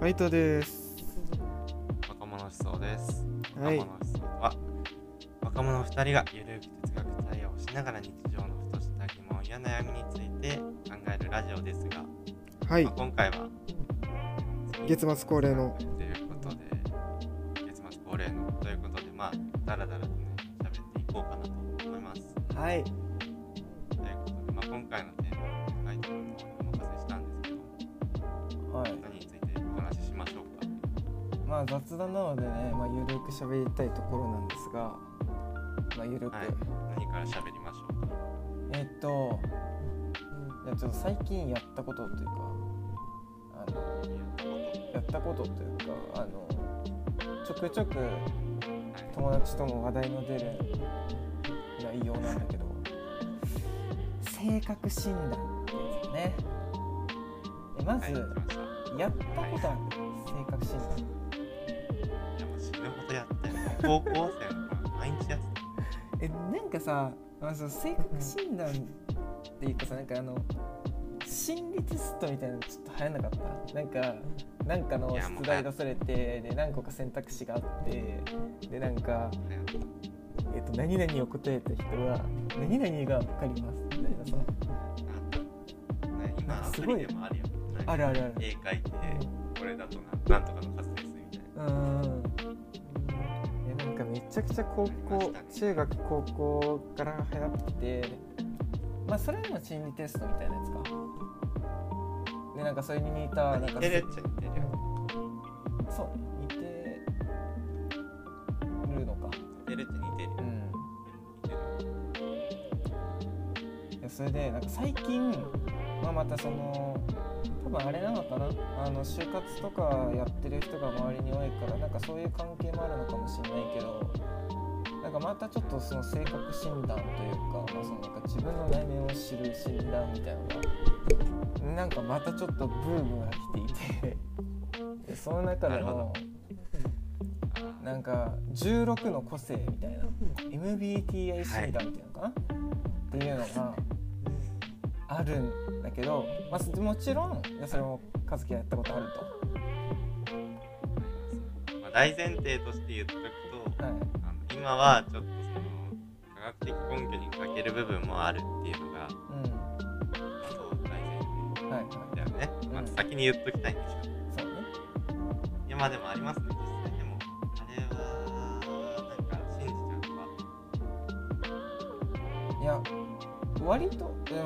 カイトです。 若者思想です。 はい。 若者思想とは、若者2人がゆるく哲学対話をしながら日常のふとした疑問や悩みについて考えるラジオですが、 はい。 今回は月末恒例のということで、だらだらとね、喋っていこうかなと思います。 はい。 ということで、今回のテーマはカイト君の方にお任せしたんですけど、 はい。 何についてお話ししましょうか。 雑談なのでね、ゆるく喋りたいところなんですが、ゆるく、 はい、何から喋りましょうか。 いやちょっと最近やったことというか、やったことというか、ちょくちょく友達とも話題の出る内容なんだけど、性格診断ってやつね。まず、やったことある、性格診断。 いやもう死ぬほどやってる。高校生の頃毎日やってた。 なんかさ、その性格診断っていうかさ、心理テストみたいなのちょっと流行んなかった？なんかの出題出されて、で何個か選択肢があって、で何々を答えた人は何々が分かりますみたいなさ。 今アプリでもあるよ。 ある。 絵描いて、これだとなんとかの数ですみたいな。 めちゃくちゃ中学高校から流行ってて、それでも心理テストみたいなやつか。でそれに似た似てるっちゃ似てるよ。 そうね、似てるのか。 似てるっちゃ似てる。 いやそれで最近またその多分あれなのかな、就活とかやってる人が周りに多いからそういう関係もあるのかもしれないけど、またちょっとその性格診断というか、自分の内面を知る診断みたいなのがまたちょっとブームが来ていてでその中でも16の個性みたいな MBTI 診断みたいなのかなっていうのがあるんだけど、もちろんそれも和樹がやったことあると、大前提として言っとくと、今はちょっとその科学的根拠に欠ける部分もあるっていうのが、そう大前提だよね。先に言っときたいんですよ。 そうね。 いやでもありますね、実際。でもあれは信じちゃうか。 いや割と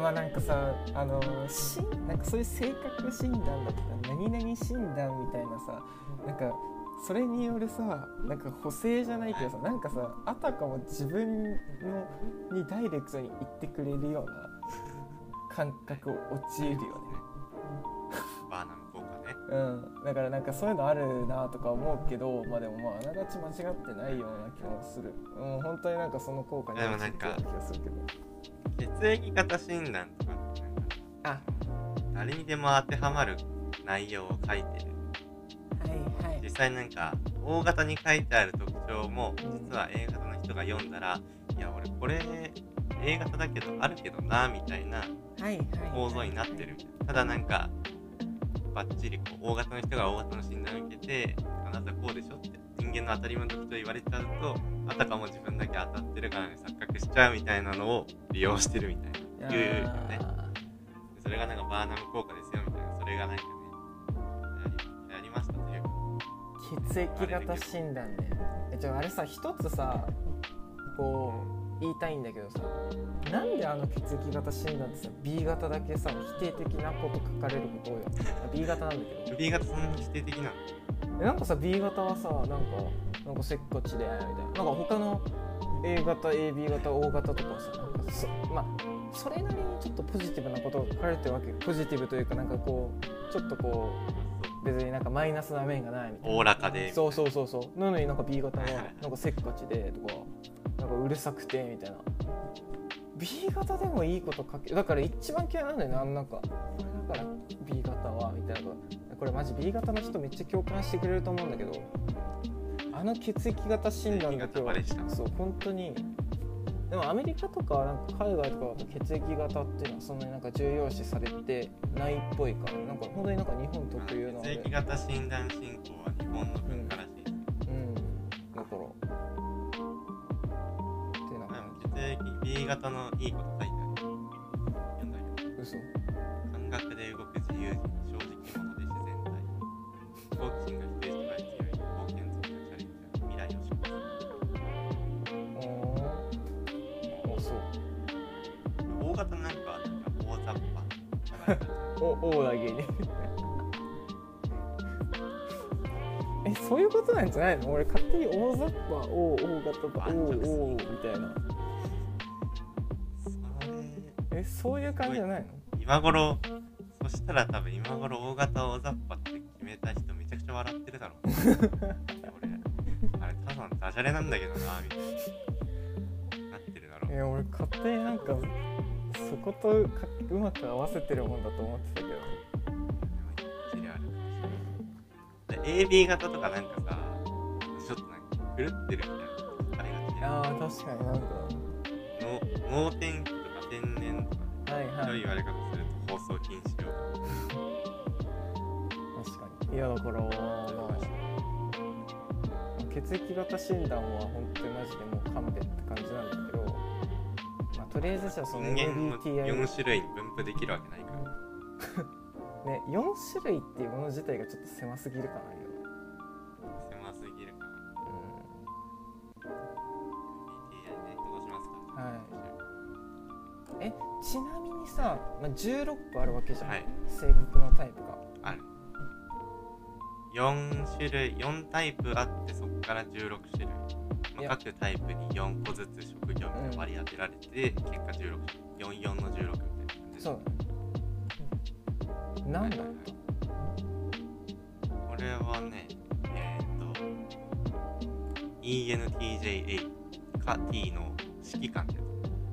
そういう性格診断だとか何々診断みたいなさ、それによるさ補正じゃないけどさ、あたかも自分にダイレクトに言ってくれるような感覚を陥るよね。 バーナム効果ね。 だからそういうのあるなとか思うけど、でもあながち間違ってないような気もする。本当にその効果になってる気がするけど。 血液型診断とか誰にでも当てはまる内容を書いてる。実際大型に書いてある特徴も実は A 型の人が読んだら、いや俺これ A 型だけどあるけどなみたいな構造になってる。ただバッチリ大型の人が大型の診断を受けて、あなたこうでしょって人間の当たり前の特徴言われちゃうと、あたかも自分だけ当たってるから錯覚しちゃうみたいなのを利用してるみたいな言うよね。それがバーナム効果ですよみたいな、それがやりましたというか。 血液型診断ね。あれさ、一つさ言いたいんだけどさ、なんで血液型診断ってさ B 型だけさ否定的なこと書かれること多いよ。B 型なんだけど B 型そんなに否定的なの？ さ B 型はさせっかちでみたいな、他の A 型 AB 型 O 型とかはさそれなりにちょっとポジティブなことが書かれてるわけよ。ポジティブというかちょっと別にマイナスな面がないみたいな。 おおらかで。 そうなのにB 型はせっかちでとかうるさくてみたいな。B 型でもいいこと書け、だから一番嫌いなんだよね。だから B 型はみたいな。これマジ B 型の人めっちゃ共感してくれると思うんだけど、血液型診断だけはそう本当にでもアメリカとかなんか海外とかだと血液型っていうのはそんなになんか重要視されてないっぽいから、なんか本当になんか日本特有の血液型診断進行は日本の文化らしい。 だからってな感じ。 血液 B 型のいいこと書いてある。読んだよ。 嘘。 感覚で動く自由人、正直者で自然体。好奇心が低い人が強い、冒険好きなチャレンジャー、未来を知る。 そう。 大型なんか大雑把。 おだけにそういうことなんじゃないの？俺勝手に大雑把、大型とか、みたいな。そういう感じじゃないの？ 今頃、そしたら多分今頃大型大雑把って決めた人めちゃくちゃ笑ってるだろう。俺、あれただのダジャレなんだけどな、みたいな。なってるだろう。 俺勝手になんか、そことうまく合わせてるもんだと思ってたけど。 AB 型とかなんかさ、ちょっとなんか狂ってるみたいなあれが確かになんか脳天気とか天然とかそういう言われ方すると放送禁止よ。 確かに。いやだから血液型診断は本当にマジでもう勘弁って感じなんだけど、とりあえずじゃあその MBTI 4種類に分布できるわけないからね、4種類っていうもの自体がちょっと狭すぎるかな。 狭すぎるかな。MBTI ね、どうしますか？ はい。ちなみにさ、16個あるわけじゃん、性格のタイプが。 ある。4種類、4タイプあってそこから16種類。各タイプに4個ずつ職業に割り当てられて、結果16、44の16みたいな感じ。 そう。なんだろう。 これはね、ENTJA か T の指揮官ってや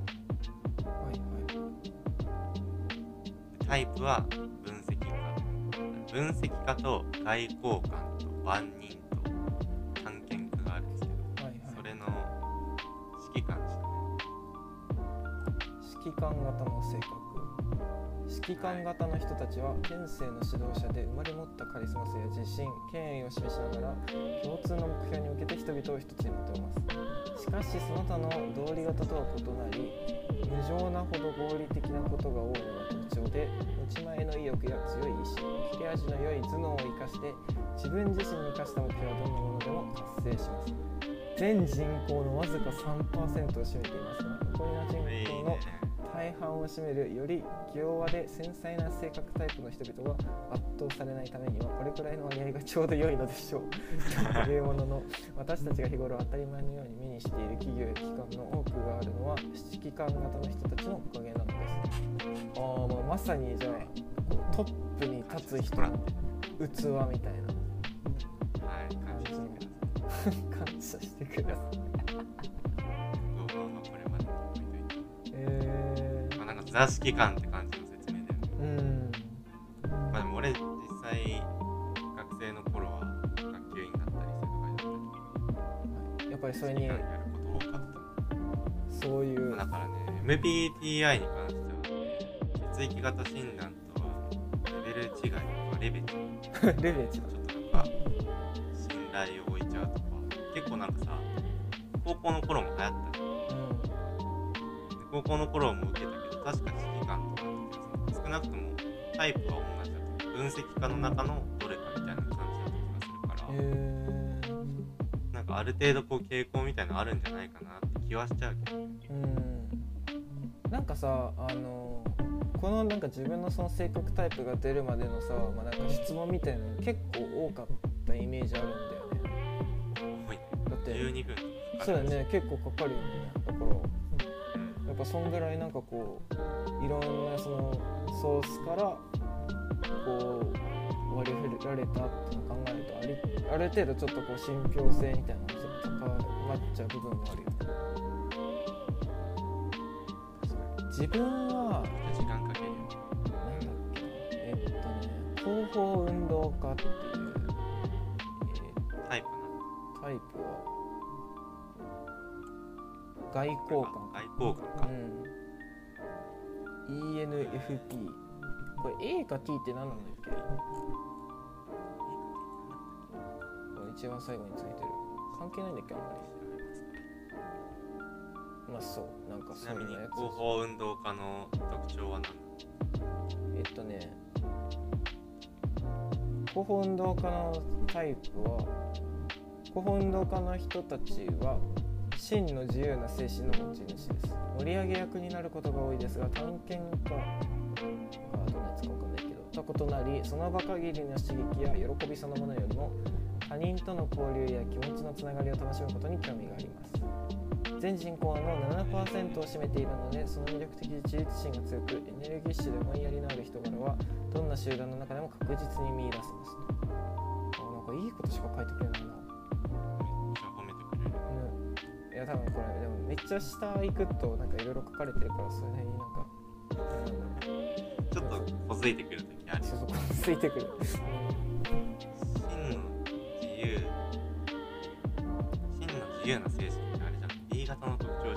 つ。タイプは分析家。分析家と外交官と万人と探検家があるんですけど、それの指揮官ですね。 指揮官型の性格。指揮官型の人たちは天性の指導者で生まれ持ったカリスマ性や自信、権威を示しながら共通の目標に向けて人々を一つにまとめます。しかしその他の同理型とは異なり、無情なほど合理的なことが多いのが特徴で、持ち前の意欲や強い意志、切れ味の良い頭脳を生かして自分自身に生かした目標はどんなものでも達成します。全人口のわずか 3% を占めていますが、残りの人口の大半を占めるより気弱で繊細な性格タイプの人々が圧倒されないためにはこれくらいの割合がちょうど良いのでしょうというものの、私たちが日頃当たり前のように目にしている企業や機関の多くがあるのは指揮官型の人たちのおかげなのです。まさにじゃあトップに立つ人の器みたいな感じの感謝してください。 なんか座指揮官って感じの説明だよね。でも俺実際学生の頃は学級委員だったり生徒会だったり、 やっぱりそれにやること多かった。 そういうだからね、MBTI に関してはね、血液型診断とはレベル違いとかレベチちょっとなんか信頼を置いちゃうとか、結構なんかさ、高校の頃も流行ったの。高校の頃も受けたけど、確か指揮官とか少なくともタイプは同じだった。分析家の中のどれかみたいな感じだった気がするから、なんかある程度こう傾向みたいなのあるんじゃないかなって気はしちゃうけど。 なんかさ、このなんか自分のその性格タイプが出るまでのさ、なんか質問みたいなの結構多かったイメージあるんだよね。 多いね。 だって 12分とか。 そうだね、結構かかるよね。だからやっぱそんぐらいなんかこういろんなそのソースからこう割り振られたって考えるとある程度ちょっとこう信憑性みたいなのがちょっと高まっちゃう部分もあるよね。自分は時間かけるよ。 なんだっけ、広報運動家っていう、 タイプは外交官か、ENFP。 これ A か T って何なんだっけ。一番最後についてる。関係ないんだっけあんまり。まあそうなんかそういうやつ。 ちなみに広報運動家の特徴は何なの？ 広報運動家のタイプは、広報運動家の人たちは真の自由な精神の持ち主です。盛り上げ役になることが多いですが、探検家どんなやつか分かんないけどと異なり、その場限りの刺激や喜びそのものよりも他人との交流や気持ちのつながりを楽しむことに興味があります。全人口の 7% を占めているので、その魅力的で自立心が強く、エネルギッシュで思いやりのある人柄はどんな集団の中でも確実に見出せますと。なんかいいことしか書いてくれないな。 めっちゃ褒めてくれる。 いや多分これでもめっちゃ下行くとなんかいろいろ書かれてるから、それなりになんかちょっとこづいてくるときある。 そうこづいてくる。 真の自由な精神ってあれじゃん。B 型の特徴じ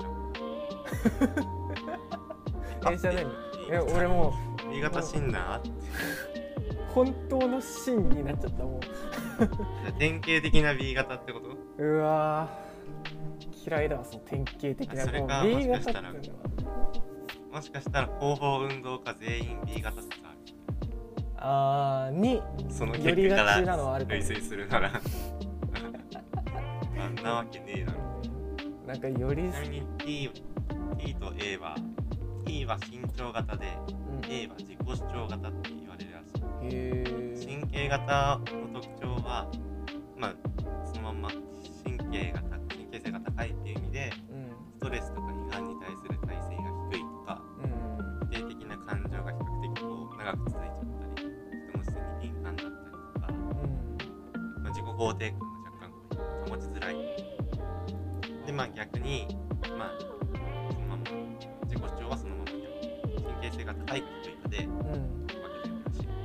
ゃん。 じゃ何？俺もう B 型診断あって本当の真になっちゃったもう。 典型的な B 型ってこと？ うわ嫌いだその典型的な。 それか B 型ってもしかしたら広報運動家全員 B 型説ある。にそのよりがちなのはあるかも。 類推するならあんなわけねえだろ。 なんかよりちなみに T と A は T は慎重型で、A は自己主張型って言われるらしい。神経型の特徴はまあそのまんま神経性が高いっていう意味で、ストレスとか批判に対する耐性が低いとか、否定的な感情が比較的こう長く続いちゃったり、人の視線に敏感だったりとか、自己肯定感が若干保ちづらい。で逆にそのまま自己主張はそのまま神経性が高いか低いかで分けてるらしい。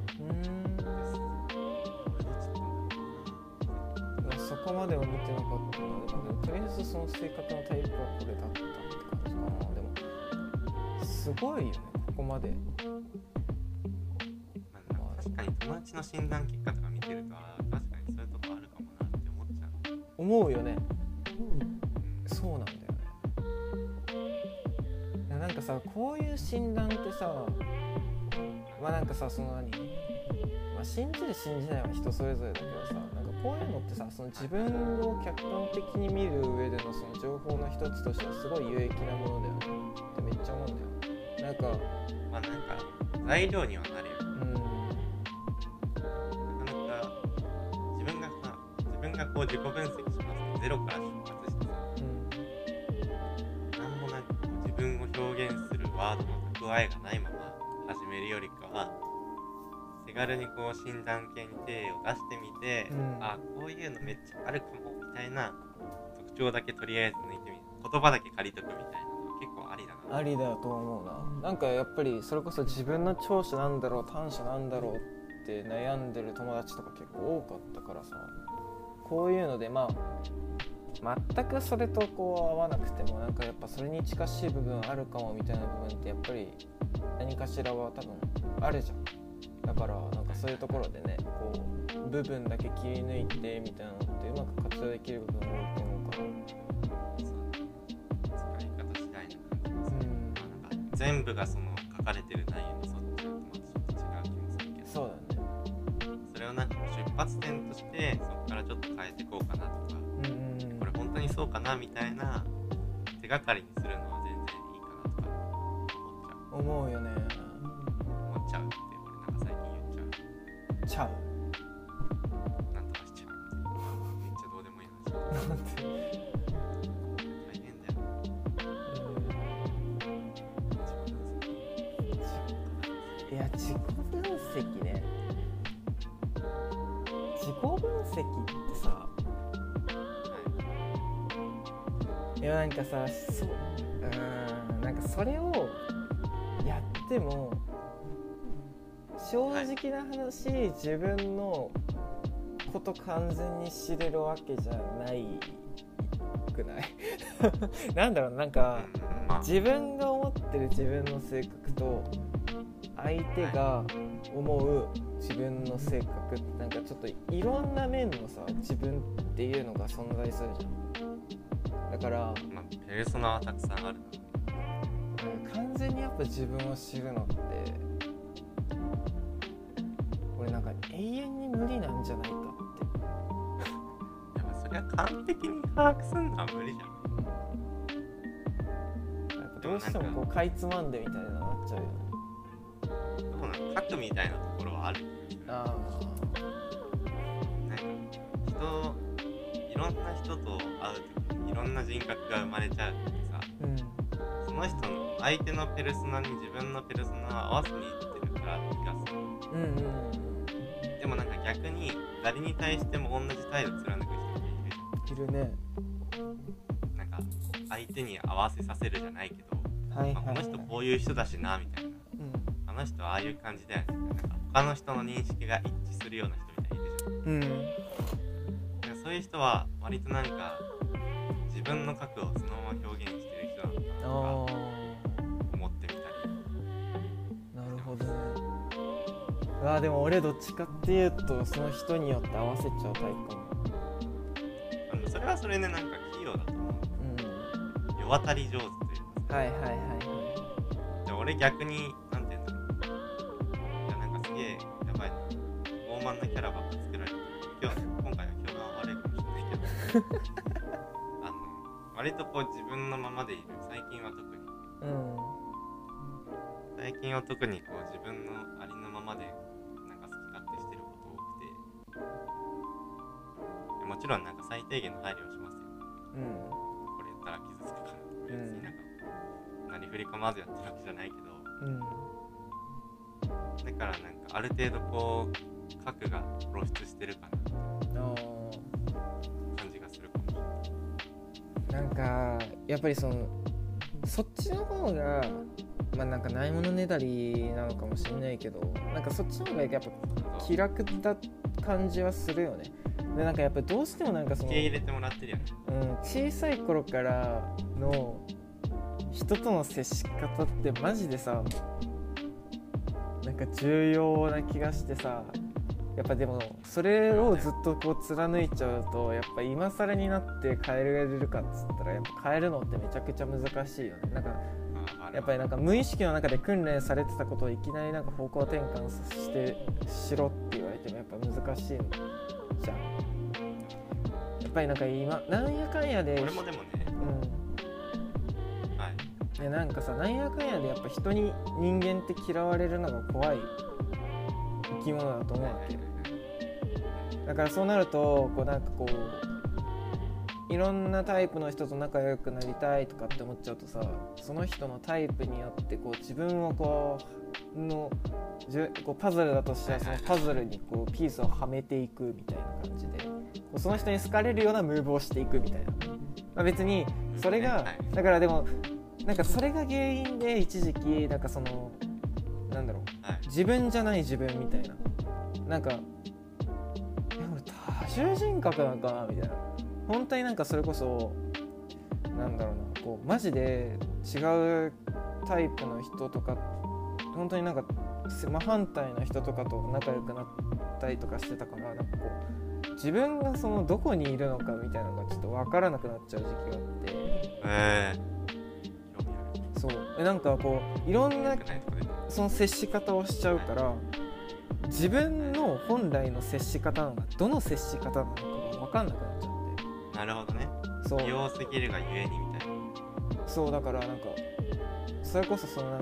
そこまでは見てなかったので、とりあえずその性格のタイプはこれだったって感じかな。でもすごいよねここまで。 確かに友達の診断結果とか見てると確かにそういうとこあるかもなって思っちゃう。 思うよね。そうなんだよね。なんかさこういう診断ってさ、なんかさその信じる信じないは人それぞれだけどさ、なんかこういうのってさその自分を客観的に見る上でのその情報の一つとしてはすごい有益なものだよねってめっちゃ思うんだよ。なんか材料にはなるよ。なかなか自分がこう自己分析しますとゼロから出発してさ、なんもなくこう自分を表現するワードの蓄えがないまま始めるよりかは、手軽にこう診断系に手を出してみて、こういうのめっちゃあるかもみたいな特徴だけとりあえず抜いてみる、言葉だけ借りとくみたいなの結構ありだな。 ありだと思うな。なんかやっぱりそれこそ自分の長所なんだろう短所なんだろうって悩んでる友達とか結構多かったからさ、こういうので全くそれとこう合わなくてもなんかやっぱそれに近しい部分あるかもみたいな部分ってやっぱり何かしらは多分あるじゃん。だからなんかそういうところでねこう部分だけ切り抜いてみたいなのってうまく活用できる部分多いと思うから、 使い方次第な感じですね。なんか全部がその書かれてる内容に沿っちゃうとまたちょっと違う気もするけど、 そうだね。 それをなんか出発点としてそこからちょっと変えていこうかなとか、これ本当にそうかなみたいな手がかりにするのは全然いいかなとか思うよね。 思っちゃうって俺なんか最近言っちゃう。なんとかしちゃうみたいな。めっちゃどうでもいい話。なんて大変だよ。 いや自己分析ね。自己分析ってさ、いやなんかさなんかそれをやっても正直な話、自分のこと完全に知れるわけじゃないくないなんだろう、なんか、自分が思ってる自分の性格と相手が思う自分の性格ってなんかちょっといろんな面のさ自分っていうのが存在するじゃん。だから、 ペルソナはたくさんある。 完全にやっぱ自分を知るのって俺なんか永遠に無理なんじゃないかって。 いやそれは完璧に把握するのは無理じゃん。 どうしてもこうかいつまんでみたいななっちゃうよね。 そうなの、核みたいなところはある。なんかいろんな人と会う時にいろんな人格が生まれちゃうってさ、その人の相手のペルソナに自分のペルソナを合わせにいってるから気がする。でもなんか逆に誰に対しても同じ態度貫く人っているね。なんか相手に合わせさせるじゃないけど、この人こういう人だしなみたいな、あの人はああいう感じだよね、なんか他の人の認識が一致するような人みたいにいるじゃん。そういう人は割となんか自分の核をそのまま表現してる人なのかなとか思ってみたり。 なるほどね。でも俺どっちかっていうとその人によって合わせちゃうタイプかも。 それはそれでなんか器用だと思う。世渡り上手というか。で俺逆になんて言うんだろう。いやなんかすげえやばいな。傲慢なキャラばっか作られてる。今回は評判悪いかもしれないけど割とこう自分のままでいる。最近は特にこう自分のありのままでなんか好き勝手してること多くて、もちろんなんか最低限の配慮をしますよ。これやったら傷つくから別になんか何振り構わずやってるわけじゃないけど、だからなんかある程度こう核が露出してるかな感じがするかもしれない。 なんかやっぱりそっちの方がなんかないものねだりなのかもしれないけど、なんかそっちの方がやっぱ気楽だ感じはするよね。でなんかやっぱどうしてもなんかその受け入れてもらってるよね。 小さい頃からの人との接し方ってマジでさなんか重要な気がしてさ、やっぱでもそれをずっとこう貫いちゃうとやっぱ今更になって変えられるかっつったらやっぱ変えるのってめちゃくちゃ難しいよね。なんかやっぱりなんか無意識の中で訓練されてたことをいきなりなんか方向転換してしろって言われてもやっぱ難しいのじゃん。やっぱりなんか今なんやかんやで俺もでもね、 でなんかさなんやかんやでやっぱ人に人間って嫌われるのが怖い生き物だと思うわけ。だからそうなるとこうなんかこういろんなタイプの人と仲良くなりたいとかって思っちゃうとさ、その人のタイプによってこう自分をこうパズルだとしたらそのパズルにこうピースをはめていくみたいな感じでこうその人に好かれるようなムーブをしていくみたいな、別にそれがだからでもなんかそれが原因で一時期なんかそのなんだろう、自分じゃない自分みたいな、なんか俺多重人格なのかなみたいな、本当になんかそれこそなんだろうなこうマジで違うタイプの人とか本当になんか真反対の人とかと仲良くなったりとかしてたから、なんかこう自分がそのどこにいるのかみたいなのがちょっと分からなくなっちゃう時期があって、そうなんかこういろんなその接し方をしちゃうから、自分の本来の接し方なのがどの接し方なのかが分かんなくなっちゃって。 なるほどね。そう利用すぎるがゆえにみたいな。 そうだからなんかそれこそその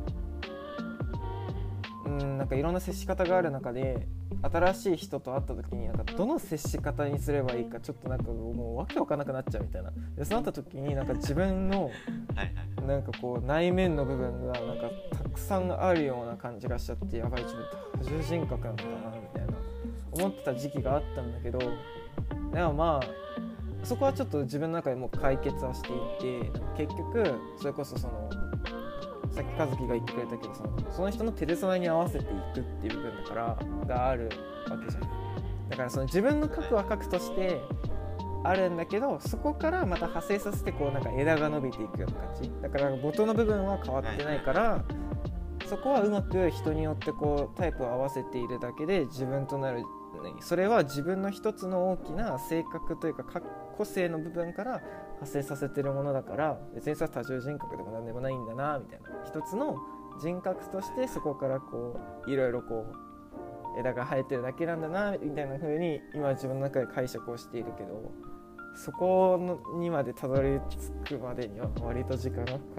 なんかいろんな接し方がある中で新しい人と会った時になんかどの接し方にすればいいかちょっとなんかもうわけわかんなくなっちゃうみたいな。でそうなった時になんか自分のなんかこう内面の部分がなんかたくさんあるような感じがしちゃって、やばい自分多重人格なのかなみたいな思ってた時期があったんだけど、でもまあそこはちょっと自分の中でもう解決はしていて、結局それこそそのさっき和樹が言ってくれたけどその人のペルソナに合わせていくっていう部分があるわけじゃん。だからその自分の核は核としてあるんだけど、そこからまた派生させてこうなんか枝が伸びていくような感じだから、元の部分は変わってないから、そこはうまく人によってこうタイプを合わせているだけで自分となる、それは自分の一つの大きな性格というか個性の部分から派生させてるものだから、別にさ多重人格でも何でもないんだなみたいな、一つの人格としてそこからこういろいろこう枝が生えてるだけなんだなみたいな風に今自分の中で解釈をしているけど、そこにまでたどり着くまでには割と時間がかかった。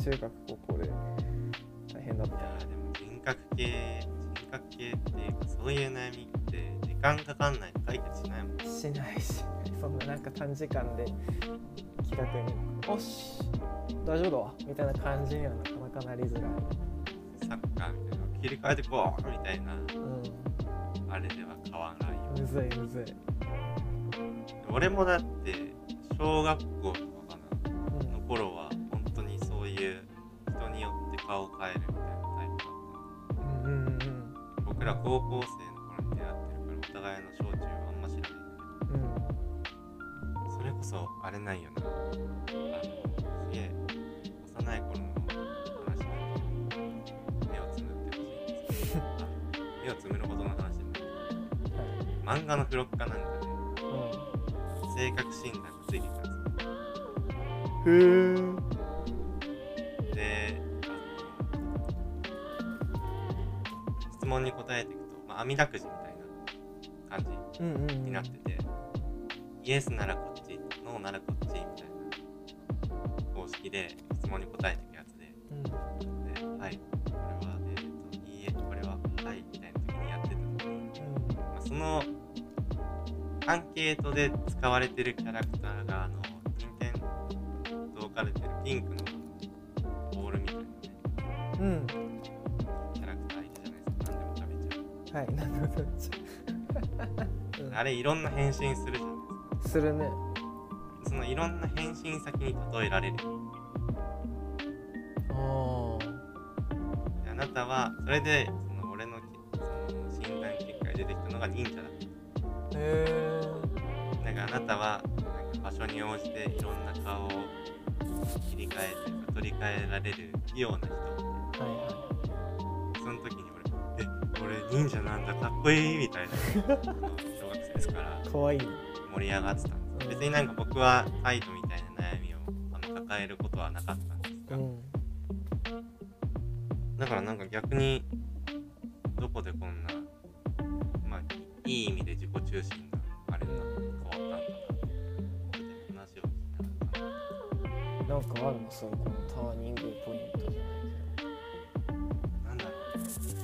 中学高校で大変だった。 いやでも人格系っていうか、そういう悩みって時間かかんないと解決しないもん。 しないし、そんななんか短時間で気楽におし大丈夫だわみたいな感じにはなかなかなりづらい。 サッカーみたいな切り替えてこうみたいな、あれでは変わらないよ。 むずいむずい。 俺もだって小学校とかかな、の頃は本当にそういう人によって顔を変えるみたいなタイプだった。僕ら高校生の頃に出会ってるからお互いの小中はあんま知らないんだけど、それこそあれないよな、すげえ幼い頃の話だと目をつむってほしいんですけど目をつむるほどの話じゃない、漫画の付録かなんかで性格診断がついてきたんですよ。 へー。 で、質問に答えていくと、網だくじみたいな感じになってて、イエスならこっち、ノーならこっちみたいな方式で質問に答えていくやつで、で、はい、これは、いいえ、これは、はい、みたいな時にやってたのに、そのアンケートで使われてるキャラクターが任天堂から出てるピンクのボールみたいなね、キャラクターいるじゃないですか。何でも食べちゃう。 はい、何でも食べちゃう。 あれいろんな変身するじゃないですか。 するね。 そのいろんな変身先に例えられる。あなたはそれでその俺のその診断結果が出てきたのが忍者だった。なんかあなたはなんか場所に応じていろんな顔を切り替えて取り替えられる器用な人って、その時に俺忍者なんだかっこいいみたいな小学生ですからかわいい盛り上がってたんです。別になんか僕はカイトみたいな悩みを抱えることはなかったんですが、だからなんか逆にどこでこんな、まあいい意味で自己中心なあれが変わったんだなって話を聞いたなんかあるの、そういうこのターニングポイントじゃないけど、 なんだろう、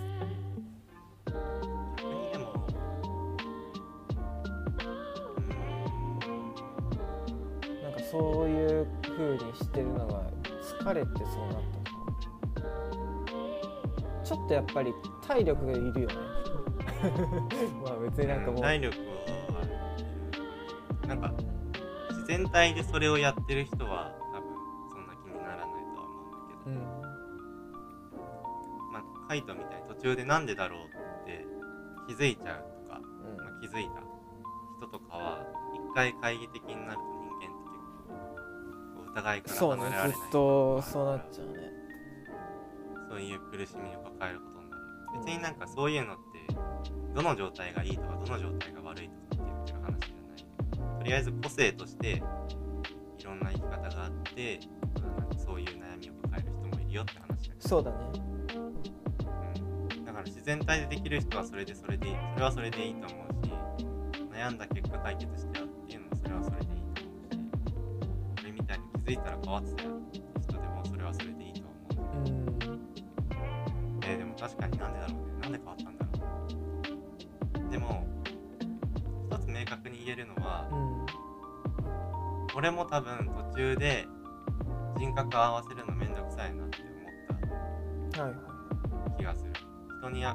逆にでもなんかそういう風にしてるのが疲れてそうなったの。ちょっとやっぱり体力がいるよねまあ別になんかもう、 体力はなんか自然体でそれをやってる人は多分そんな気にならないとは思うんだけど、まあカイトみたいに途中でなんでだろうって気づいちゃうとか、気づいた人とかは一回懐疑的になると人間って結構疑いから離れられない。 ずっとそうなっちゃうね。 そういう苦しみを抱えることになる。別になんかそういうのってどの状態がいいとかどの状態が悪いとかって言ってる話じゃない。とりあえず個性としていろんな生き方があって、なんかそういう悩みを抱える人もいるよって話だけど。 そうだね。 だから自然体でできる人はそれはそれでいいと思うし、悩んだ結果解決してやっていうのもそれはそれでいいと思うし、俺みたいに気づいたら変わってたよって人でもそれはそれでいいと思うんだけど。でも確かになんでだろうね。なんで変わったんだろう。でも一つ明確に言えるのは、俺も多分途中で人格を合わせるのめんどくさいなって思った気がする。人にい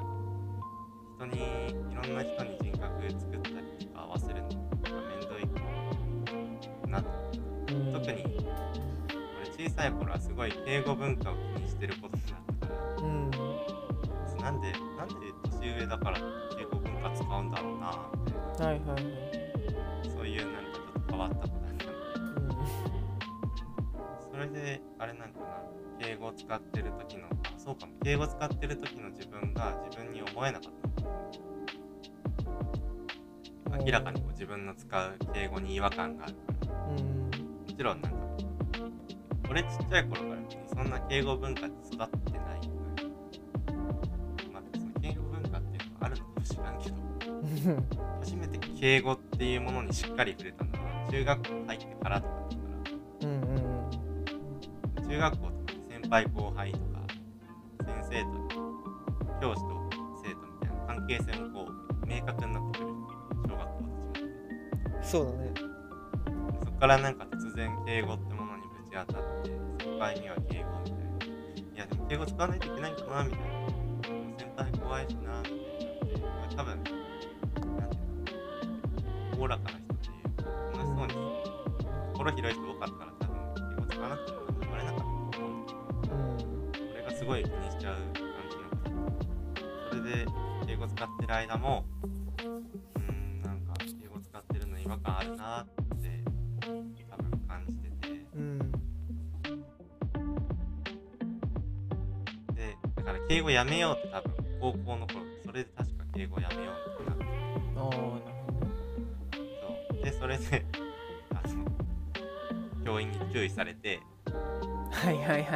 ろんな人に人格作ったりとか合わせるのがめんどいなと思った。特に俺小さい頃はすごい敬語文化を気にしてることになったから、なんで年上だから敬語文化使うんだろうなって、そういうなんかちょっあれなんかな、敬語を使ってる時の、そうかも、敬語を使ってる時の自分が自分に思えなかった。明らかにこう自分の使う敬語に違和感があるから、もちろんなんか俺ちっちゃい頃からそんな敬語文化で育ってないのよ。まあその敬語文化っていうのがあるのかも知らんけど初めて敬語っていうものにしっかり触れたのは中学校入ってからとかだったから、中学校とかで先輩後輩とか先生と教師と生徒みたいな関係性もこう明確になってくる小学校たちも。 そうだね。 そっからなんか突然敬語ってものにぶち当たって先輩には敬語みたいな、いやでも敬語使わないといけないんかなみたいな、先輩怖いしなみたいなって、多分なんていうの、おおらかな人っていうか楽しそうに心広い人多かったから、多分敬語使わなくても言われなかったと思うんだけど、俺がすごい気にしちゃう感じのこと。それで敬語使ってる間もなんか敬語使ってるの違和感あるなって多分感じてて、でだから敬語やめようって多分高校の頃、それで確か敬語やめようってなって、そうでそれで教員に注意されて、 はい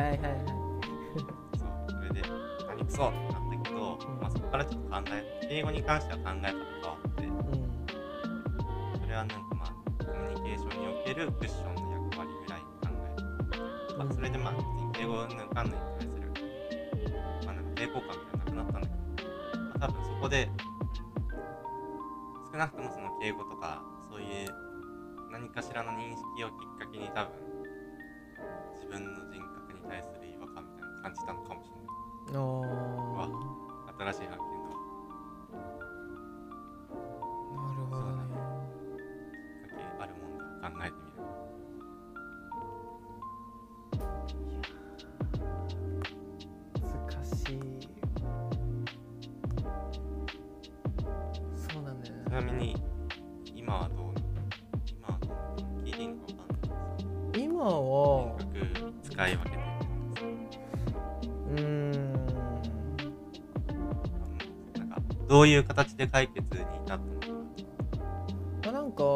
そうそれで何クソってなったけど、そこからちょっと敬語に関しては考え方が変わって、それはなんかコミュニケーションにおけるクッションの役割ぐらいに考えて、それで別に敬語うんぬんかんぬんに対するなんか抵抗感みたいななくなったんだけど、多分そこで少なくともその敬語とかそういう何かしらの認識をきっかけに多分自分の人格に対する違和感みたいなのを感じたのかもしれない。新しい発見だ。 なるほどね。 きっかけあるもんだを考えてみる。 難しい。そうなんだよね。 ちなみに今はどう聞いていいのか分かんない。 今は人格使い分けてる。なんかどういう形で解決に至ったのかな。 なんか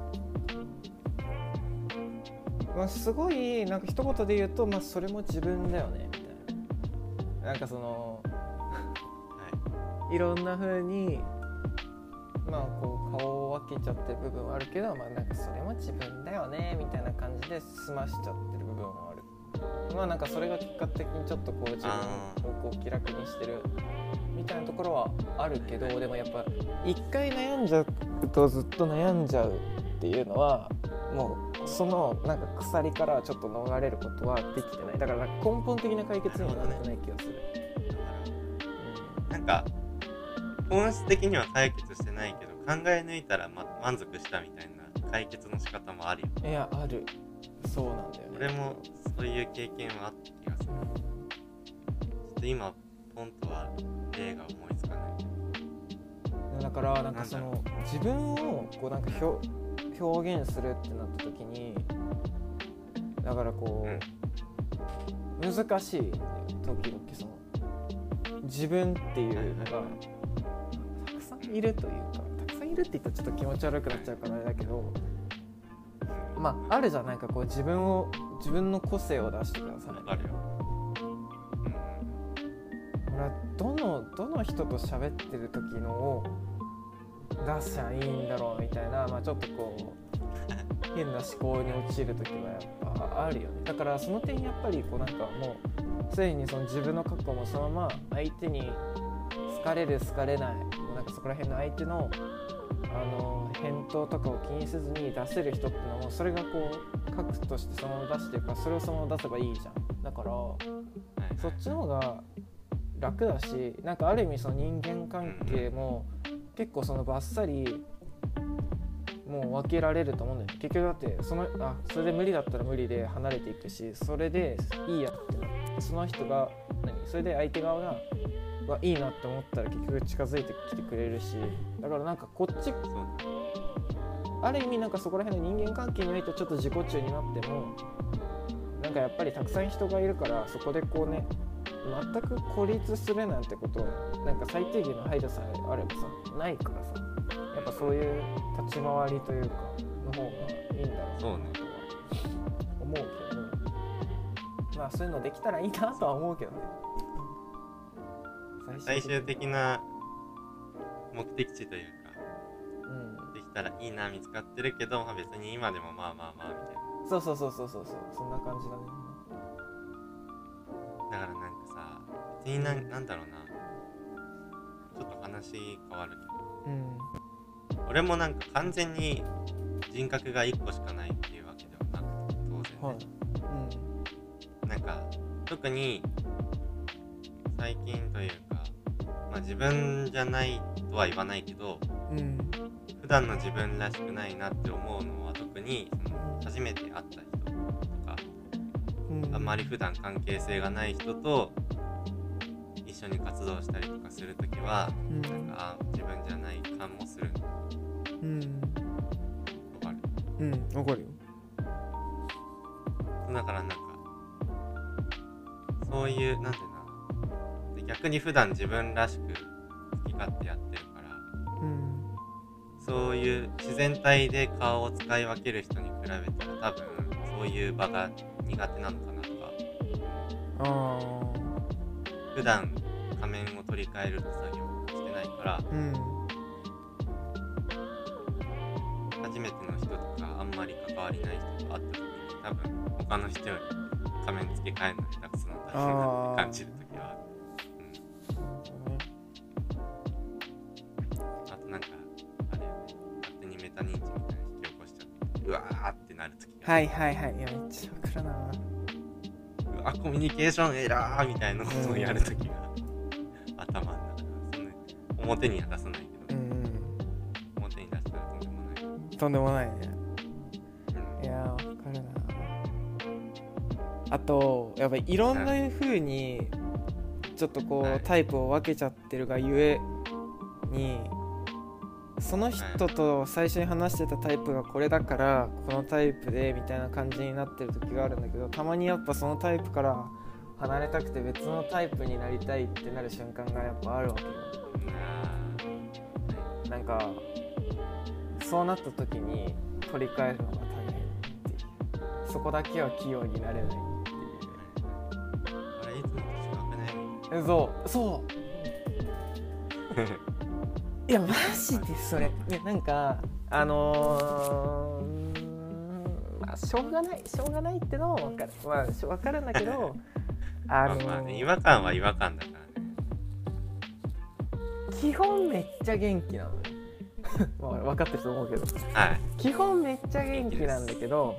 すごいなんか一言で言うとそれも自分だよねみたいな、なんかそのいろんな風にこう顔を分けちゃってる部分はあるけど、なんかそれも自分だよねみたいな感じで済ましちゃってる部分はある。なんかそれが結果的にちょっとこう自分をこう気楽にしてるみたいなところはあるけど、でもやっぱ一回悩んじゃうとずっと悩んじゃうっていうのはもうそのなんか鎖からちょっと逃れることはできてない。だから根本的な解決にはなってない気がする。 なんか本質的には解決してないけど考え抜いたら、満足したみたいな解決の仕方もあるよ。 いやある。そうなんだよね。 俺もそういう経験はあった気がする。ちょっと今ポンとは例が思いつかない。 だからなんかその自分をこうなんか表現するってなった時に、だからこう、難しい時々その自分っていうのがたくさんいるというか、たくさんいるって言ったらちょっと気持ち悪くなっちゃうからあれだけど、あるじゃん、なんかこう自分の個性を出してください。 あるよ。 俺はどの人と喋ってる時のを出しちゃいいんだろうみたいな、ちょっとこう変な思考に陥る時はやっぱあるよね。だからその点やっぱりこうなんかもうすでにその自分の過去もそのまま相手に好かれる好かれない、なんかそこら辺の相手の返答とかを気にせずに出せる人っていうのも、それがこう核としてそのまま出してるから、それをそのまま出せばいいじゃん。だからそっちの方が楽だし、なんかある意味その人間関係も結構そのバッサリもう分けられると思うんだよね。結局だってそれで無理だったら無理で離れていくし、それでいいやってなってその人がそれで相手側がいいなって思ったら結局近づいてきてくれるし、だからなんかこっちある意味なんかそこら辺の人間関係においてちょっと自己中になってもなんかやっぱりたくさん人がいるからそこでこうね全く孤立するなんてことなんか最低限の配慮さえあればさないからさ、やっぱそういう立ち回りというかの方がいいんだろうなとは思うけど、まあそういうのできたらいいなとは思うけどね。 最終的な目的地というか、できたらいいな見つかってるけど、まあ、別に今でもまあまあまあみたいな。 そうそんな感じだね。 だからなんかさ、別になんだろうな、ちょっと話変わるけど、俺もなんか完全に人格が1個しかないっていうわけではなくて当然ね、なんか特に最近というか、まあ自分じゃないとは言わないけど、普段の自分らしくないなって思うのは特にその初めて会った人とか、あんまり普段関係性がない人と一緒に活動したりとかするときは、なんか自分じゃない感もする。わかる？ わかるよ。 だからなんかそういうなんていうの、逆に普段自分らしく好き勝手やってるから、そういう自然体で顔を使い分ける人に比べたら多分そういう場が苦手なのかなとか。普段仮面を取り替える作業をしてないから、初めての人とかあんまり関わりない人と会った時に多分他の人より仮面付け替えるの下手くそなんだろうなって感じる時はある。あとなんかあれよね、勝手にメタ認知みたいな引き起こしちゃってうわーってなる時が、 はい、いやめっちゃわかるな。 コミュニケーションエラーみたいなことをやるときが、頭の中でそんな表には出さないけど、表に出したらとんでもないね。いやわかるな。あとやっぱりいろんな風にちょっとこう、タイプを分けちゃってるがゆえに、その人と最初に話してたタイプがこれだからこのタイプでみたいな感じになってる時があるんだけど、たまにやっぱそのタイプから離れたくて別のタイプになりたいってなる瞬間がやっぱあるわけよ。なんかそうなった時に取り替えるのが大変っていう、そこだけは器用になれないっていう。 あれいつもと違くね。 そういやマジでそれ、いやなんかまあしょうがないってのも分かる、まあ分かるんだけどまあね、違和感は違和感だからね。 基本めっちゃ元気なのまあ分かってると思うけど、基本めっちゃ元気なんだけど、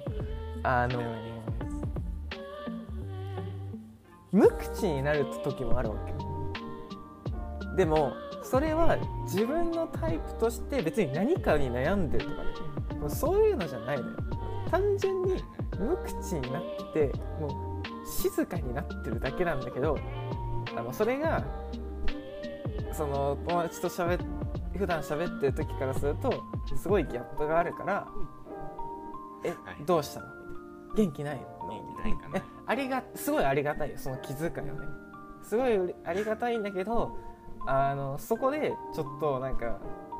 無口になる時もあるわけよ。でもそれは自分のタイプとして別に何かに悩んでるとかね、もうそういうのじゃないのよ。単純に無口になってもう静かになってるだけなんだけど、それがその友達と普段喋ってる時からするとすごいギャップがあるから、どうしたの？元気ないの？ 元気ないかな。 すごいありがたいよ、その気遣いはね。すごいありがたいんだけど、そこでちょっとなんか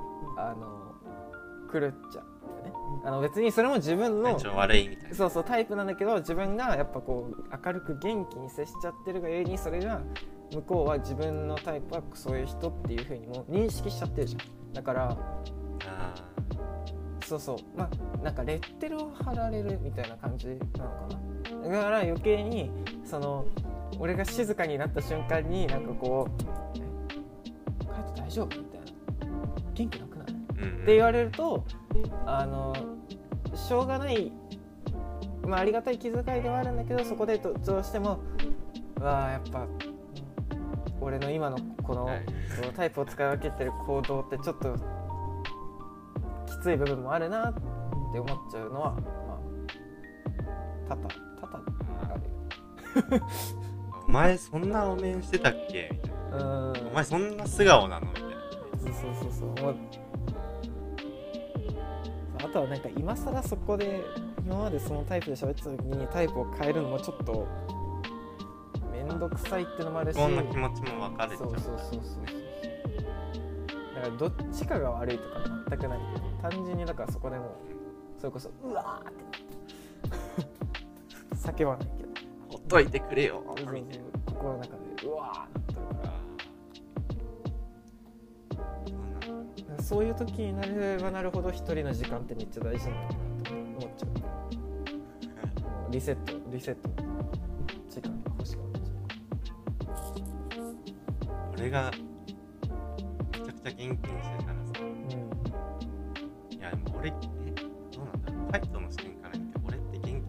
狂っちゃうね。別にそれも自分の悪いみたいな、 そうタイプなんだけど、自分がやっぱこう明るく元気に接しちゃってるがゆえに、それが向こうは自分のタイプはそういう人っていう風にも認識しちゃってるじゃん。だからまあなんかレッテルを貼られるみたいな感じなのかな。だから余計にその俺が静かになった瞬間になんかこうカイト大丈夫みたいな、元気なくない、って言われるとしょうがない、まあありがたい気遣いではあるんだけど、そこでどうしてもやっぱ俺の今のこの、そのタイプを使い分けてる行動ってちょっときつい部分もあるなって思っちゃうのは、まあ多々あるよお前そんなお面してたっけみたいな、お前そんな素顔なのみたいな。 そうあとはなんか今更そこで今までそのタイプで喋ってた時にタイプを変えるのもちょっとめんどくさいってのもあるし、 こんな気持ちも分かれちゃう。 そうだからどっちかが悪いとか全くないけど、単純にだからそこでもそれこそうわーって叫ばないけどほっといてくれよみたいな、 心の中でうわーってなったから、そういう時になればなるほど一人の時間ってめっちゃ大事なんだなと思っちゃう。リセット時間が欲しくなっちゃう。 俺がめちゃくちゃ元気にしてたらさ、いやでも俺どうなんだろう、カイトの視点から見て俺って元気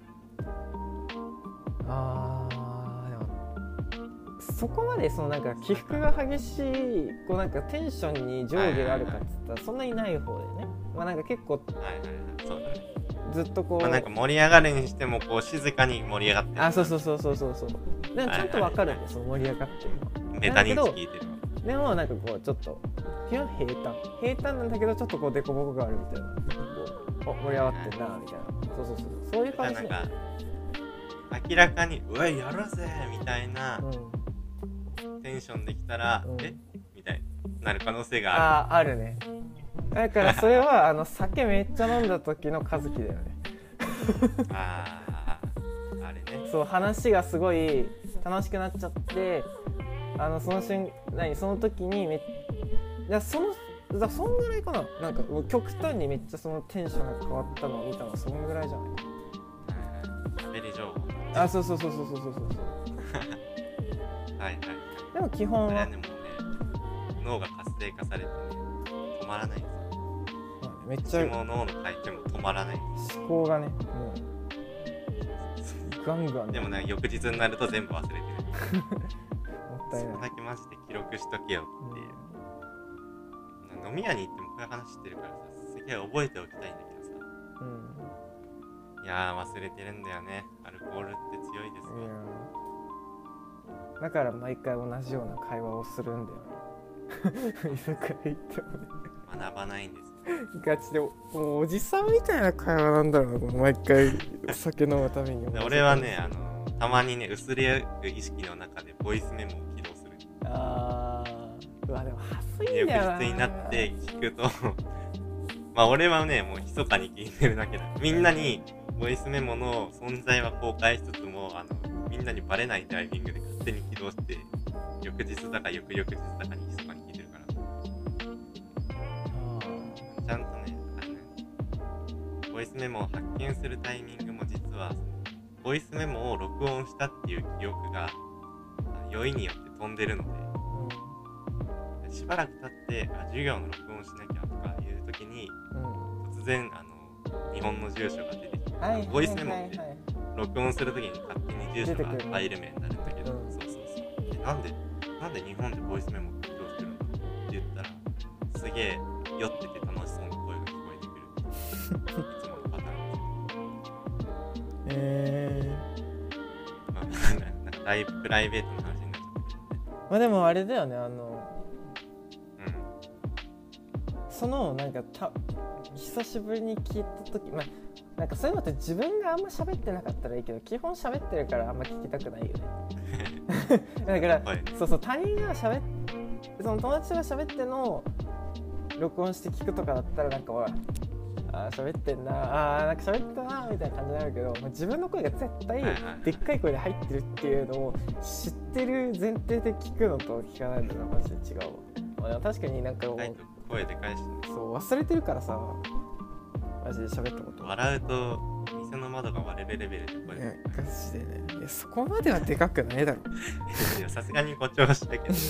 なの？ でもそこまでそのなんか起伏が激しいこうなんかテンションに上下があるかっつったらそんなにない方でね。まあなんか結構そうだね、 ずっとこう、 なんか盛り上がるにしてもこう静かに盛り上がってる。 そうでもちゃんと分かるんですよ、盛り上がってるのメタ認知聞いてる。 でもなんかこうちょっと平坦なんだけどちょっとこうデコボコがあるみたいな、こう盛り上がってんなみたいな、そういう感じで、 なんか明らかにうわやるぜみたいなテンションできたら、みたいになる可能性があるね。だからそれは酒めっちゃ飲んだ時の和樹だよねあれね、 そう話がすごい楽しくなっちゃって、その時にそんぐらいかな、なんかもう極端にめっちゃそのテンションが変わったのを見たのはそんぐらいじゃない。 喋り情報。 そうはい。 でも基本はでもね、脳が活性化されてね、止まらないんですよ。 めっちゃ脳の回転も止まらない。 思考がね、もうガンガン。 でもね、翌日になると全部忘れてる。 もったいない。 そこだけマジで記録しとけよっていう。飲み屋に行ってもこういう話してるからさ、すげえ覚えておきたいんだけどさ。いやー忘れてるんだよね。アルコールって強いですよ。 だから毎回同じような会話をするんだよ居酒屋行ってもね。 学ばないんですよ。 ガチでもうおじさんみたいな会話なんだろうな、この毎回酒飲むために。 俺はね、たまにね、薄れゆく意識の中でボイスメモを起動する。 うわでもはずいんだよな。 翌日になって聞くとまあ俺はね、もう密かに聞いてるだけだ。みんなにボイスメモの存在は公開しつつも、みんなにバレないタイミングで勝手に起動して、翌日だか翌々日だかに密かに聞いてるから。ちゃんとね、ボイスメモを発見するタイミングも実はボイスメモを録音したっていう記憶が酔いによって飛んでるので、しばらく経って授業の録音しなきゃとかいう時に、突然日本の住所が出てきて、ボイスメモって録音する時に勝手に住所がファイル名になるんだけど、なんで日本でボイスメモ起動してるのって言ったら、すげえ酔ってて楽しそうな声が聞こえてくるいつものパターンです。なんかだいぶプライベートな話になっちゃったけどね。 まあでもあれだよね、そのなんか久しぶりに聞いた時、なんかそういうのって自分があんま喋ってなかったらいいけど、基本喋ってるからあんま聞きたくないよねだから、他人がその友達が喋ってのを録音して聞くとかだったらなんか喋ってんな、なんか喋ったなみたいな感じになるけど、自分の声が絶対でっかい声で入ってるっていうのを知ってる前提で聞くのと聞かないのがマジで違うわ。確かになんか声でかいし、 忘れてるからさ、マジで喋ったこと。 笑うと店の窓が割れるレベルで声がガチでね。いや、そこまではでかくないだろさすがに誇張したけど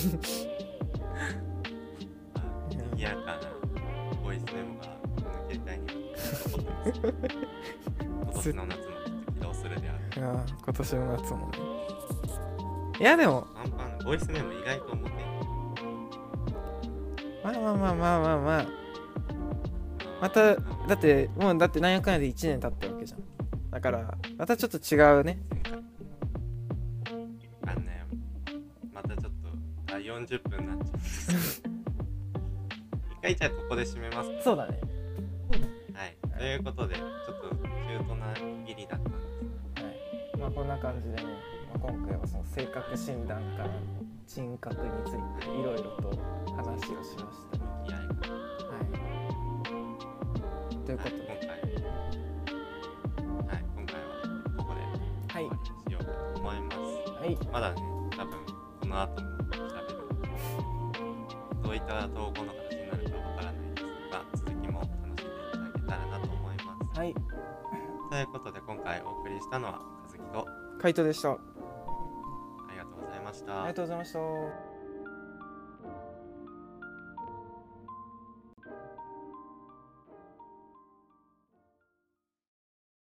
賑やかなボイスメモがこの携帯に残ってます今年の夏も起動するである。 今年の夏もね。いやでもボイスメモ意外と思っていい。 まただってなんやかんやで1年経ってるわけじゃん。だからまたちょっと違うね。 またちょっと40分になっちゃうんです一回じゃあここで締めますか。 そうだね。 はい、ということでちょっと途な切りだったんですね。 はい。こんな感じでね、今回はその性格診断から人格についていろいろと話をしました。 向き合い方。 はい。ということで、 今回はここで終わりにしようと思います。 はい。 まだね、多分この後も喋る。どういった投稿の形になるかわからないですが、続きも楽しんでいただけたらなと思います。 はい。 ということで今回お送りしたのは和樹とカイトでした。 ありがとうございました。 ありがとうございました。